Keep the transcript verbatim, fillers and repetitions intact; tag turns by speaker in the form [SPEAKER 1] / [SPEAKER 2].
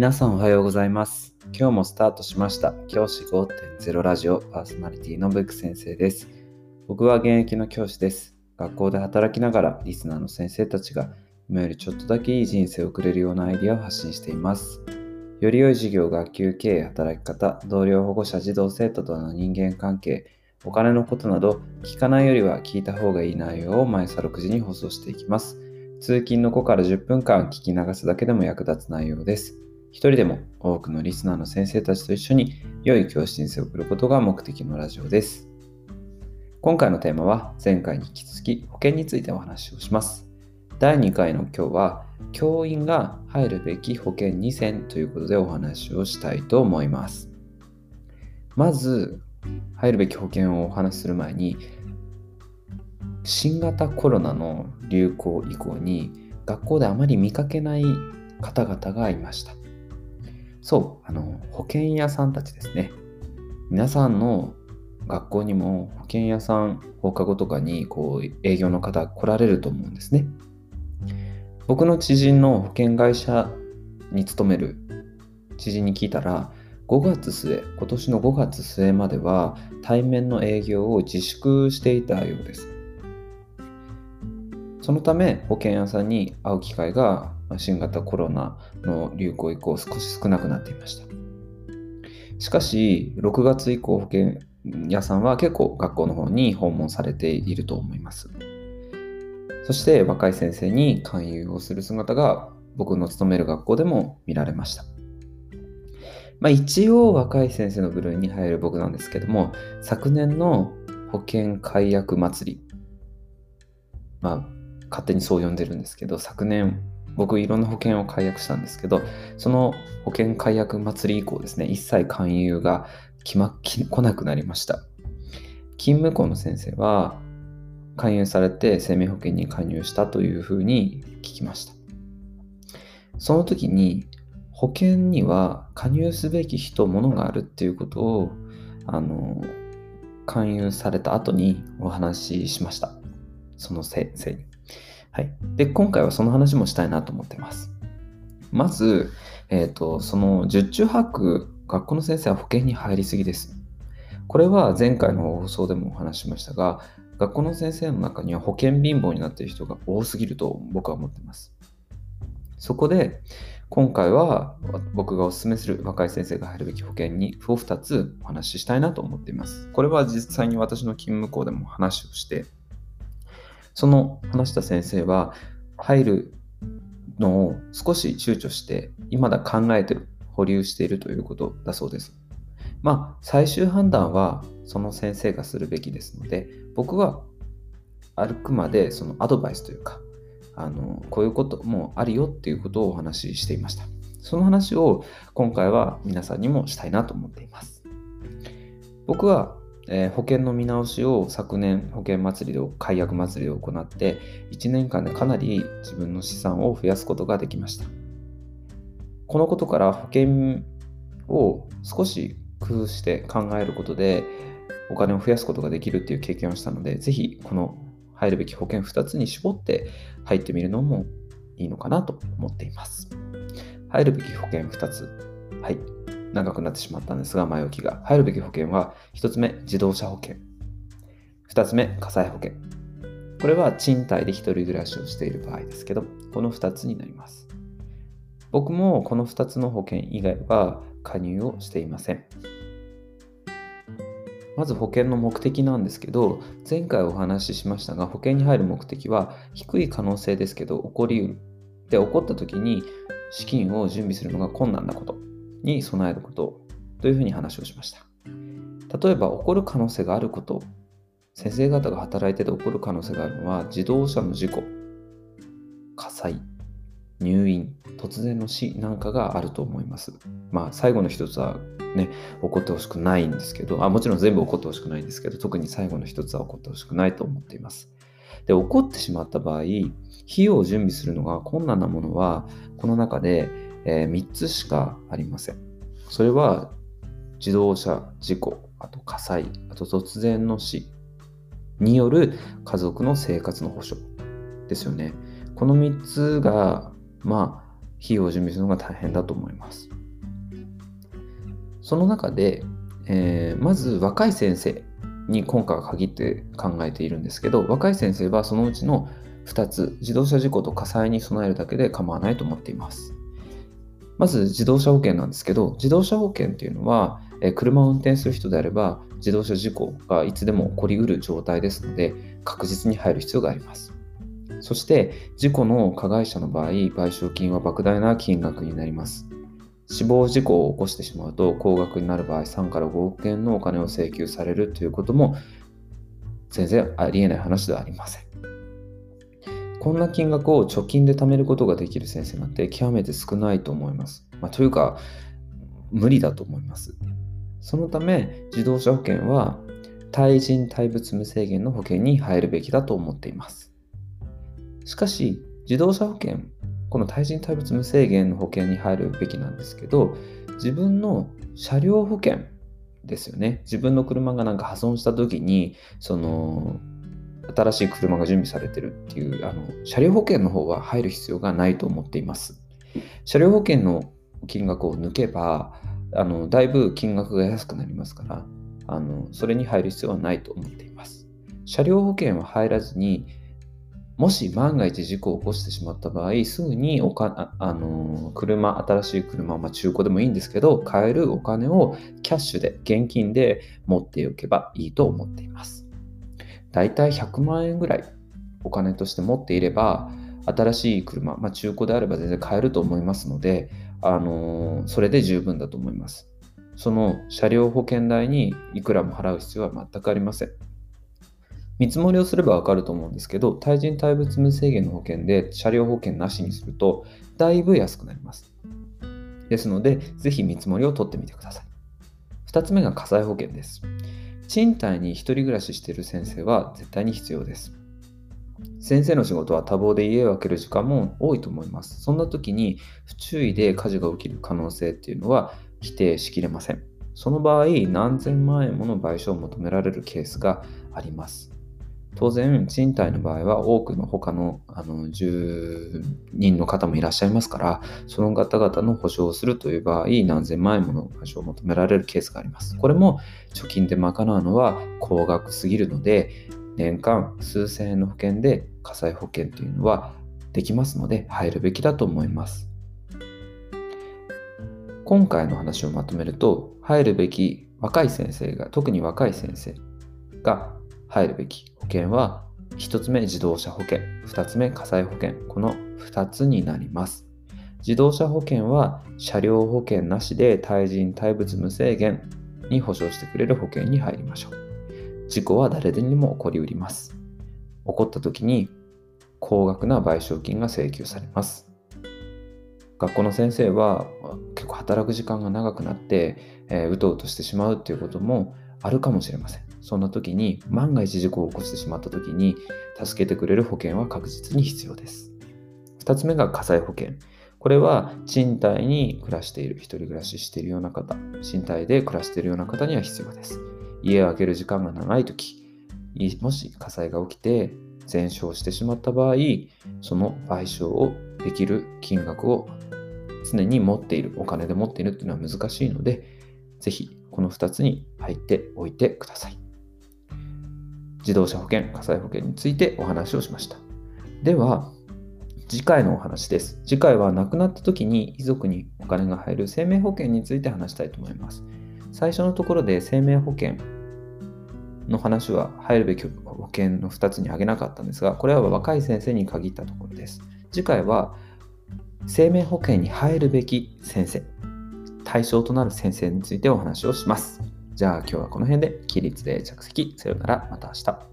[SPEAKER 1] 皆さんおはようございます。今日もスタートしました教師 ごてんゼロ ラジオパーソナリティのブック先生です。僕は現役の教師です。学校で働きながらリスナーの先生たちが今よりちょっとだけいい人生を送れるようなアイデアを発信しています。より良い授業、学級経営、働き方、同僚、保護者、児童生徒との人間関係、お金のことなど聞かないよりは聞いた方がいい内容を毎朝ろくじに放送していきます。通勤のごからじゅっぷんかん聞き流すだけでも役立つ内容です。一人でも多くのリスナーの先生たちと一緒に良い教師人生を送ることが目的のラジオです。今回のテーマは前回に引き続き保険についてお話をします。だいにかいの今日は教員が入るべき保険にせんということでお話をしたいと思います。まず入るべき保険をお話しする前に、新型コロナの流行以降に学校であまり見かけない方々がいました。そう、あの保険屋さんたちですね。皆さんの学校にも保険屋さん、放課後とかにこう営業の方来られると思うんですね。僕の知人の保険会社に勤める知人に聞いたら、ごがつ末、今年のごがつ末までは対面の営業を自粛していたようです。そのため保険屋さんに会う機会が新型コロナの流行以降少し少なくなっていました。しかしろくがつ以降、保険屋さんは結構学校の方に訪問されていると思います。そして若い先生に勧誘をする姿が僕の勤める学校でも見られました。まあ、一応若い先生の部類に入る僕なんですけども、昨年の保険解約祭り、まあ勝手にそう呼んでるんですけど、昨年僕いろんな保険を解約したんですけど、その保険解約祭り以降ですね、一切勧誘が来ま来なくなりました。勤務校の先生は勧誘されて生命保険に加入したというふうに聞きました。その時に保険には加入すべき人、物があるっていうことをあの勧誘された後にお話ししました。その先生に。はい。で、今回はその話もしたいなと思っています。まず、えっと、その十中八九、学校の先生は保険に入りすぎです。これは前回の放送でもお話ししましたが、学校の先生の中には保険貧乏になっている人が多すぎると僕は思っています。そこで、今回は僕がお勧めする若い先生が入るべき保険にをふたつお話ししたいなと思っています。これは実際に私の勤務校でも話をして、その話した先生は入るのを少し躊躇して未だ考えている、保留しているということだそうです。まあ最終判断はその先生がするべきですので、僕はあくまでそのアドバイスというか、あのこういうこともあるよっていうことをお話ししていました。その話を今回は皆さんにもしたいなと思っています。僕はえー、保険の見直しを昨年保険祭りで解約祭りを行っていちねんかんでかなり自分の資産を増やすことができました。このことから保険を少し工夫して考えることでお金を増やすことができるっていう経験をしたので、ぜひこの入るべき保険ふたつに絞って入ってみるのもいいのかなと思っています。入るべき保険ふたつ、はい、長くなってしまったんですが、前置きが。入るべき保険はひとつめ自動車保険、ふたつめ火災保険。これは賃貸で一人暮らしをしている場合ですけど、このふたつになります。僕もこのふたつの保険以外は加入をしていません。まず保険の目的なんですけど、前回お話ししましたが、保険に入る目的は低い可能性ですけど起こりうる。で、起こった時に資金を準備するのが困難なことに備えることというふうに話をしました。例えば起こる可能性があること、先生方が働いてて起こる可能性があるのは自動車の事故、火災、入院、突然の死なんかがあると思います。まあ最後の一つはね、起こってほしくないんですけど、あもちろん全部起こってほしくないんですけど、特に最後の一つは起こってほしくないと思っています。で、起こってしまった場合、費用を準備するのが困難なものはこの中でえー、みっつしかありません。それは自動車事故、あと火災、あと突然の死による家族の生活の保障ですよね。このみっつがまあ費用を準備するのが大変だと思います。その中で、えーまず若い先生に今回は限って考えているんですけど、若い先生はそのうちのふたつ、自動車事故と火災に備えるだけで構わないと思っています。まず自動車保険なんですけど、自動車保険っていうのは、えー車を運転する人であれば自動車事故がいつでも起こりうる状態ですので、確実に入る必要があります。そして事故の加害者の場合、賠償金は莫大な金額になります。死亡事故を起こしてしまうと高額になる場合、さんからごおくえんのお金を請求されるということも全然ありえない話ではありません。こんな金額を貯金で貯めることができる先生なんて極めて少ないと思います。まあ、というか無理だと思います。そのため自動車保険は対人対物無制限の保険に入るべきだと思っています。しかし自動車保険、この対人対物無制限の保険に入るべきなんですけど、自分の車両保険ですよね。自分の車がなんか破損した時に、その新しい車が準備されてるっていうあの車両保険の方は入る必要がないと思っています。車両保険の金額を抜けば、あのだいぶ金額が安くなりますから、あのそれに入る必要はないと思っています。車両保険は入らずに、もし万が一事故を起こしてしまった場合、すぐにおかあ、あの車、新しい車、まあ、中古でもいいんですけど、買えるお金をキャッシュで、現金で持っておけばいいと思っています。だいたいひゃくまんえんぐらいお金として持っていれば、新しい車、まあ、中古であれば全然買えると思いますので、あのそれで十分だと思います。その車両保険代にいくらも払う必要は全くありません。見積もりをすればわかると思うんですけど、対人対物無制限の保険で車両保険なしにするとだいぶ安くなります。ですので、ぜひ見積もりを取ってみてください。ふたつめが火災保険です。賃貸に一人暮らししている先生は絶対に必要です。先生の仕事は多忙で家を空ける時間も多いと思います。そんな時に不注意で火事が起きる可能性っていうのは否定しきれません。その場合、何千万円もの賠償を求められるケースがあります。当然、賃貸の場合は多くの他の、あの住人の方もいらっしゃいますから、その方々の保証をするという場合、何千万円もの賠償を求められるケースがあります。これも貯金で賄うのは高額すぎるので、年間数千円の保険で火災保険というのはできますので、入るべきだと思います。今回の話をまとめると、入るべき若い先生が、特に若い先生が入るべき保険は、ひとつめ自動車保険、ふたつめ火災保険、このふたつになります。自動車保険は車両保険なしで対人対物無制限に保証してくれる保険に入りましょう。事故は誰でにも起こりうります。起こった時に高額な賠償金が請求されます。学校の先生は結構働く時間が長くなって、えー、うとうとしてしまうということもあるかもしれません。そんな時に万が一事故を起こしてしまった時に助けてくれる保険は確実に必要です。ふたつめが火災保険。これは賃貸に暮らしている、一人暮らししているような方、賃貸で暮らしているような方には必要です。家を空ける時間が長い時、もし火災が起きて全焼してしまった場合、その賠償をできる金額を常に持っている、お金で持っているっていうのは難しいので、ぜひこのふたつに入っておいてください。自動車保険、火災保険についてお話をしました。では、次回のお話です。次回は亡くなった時に遺族にお金が入る生命保険について話したいと思います。最初のところで生命保険の話は入るべき保険のふたつに挙げなかったんですが、これは若い先生に限ったところです。次回は生命保険に入るべき先生、対象となる先生についてお話をします。じゃあ今日はこの辺で起立で着席。さようなら、また明日。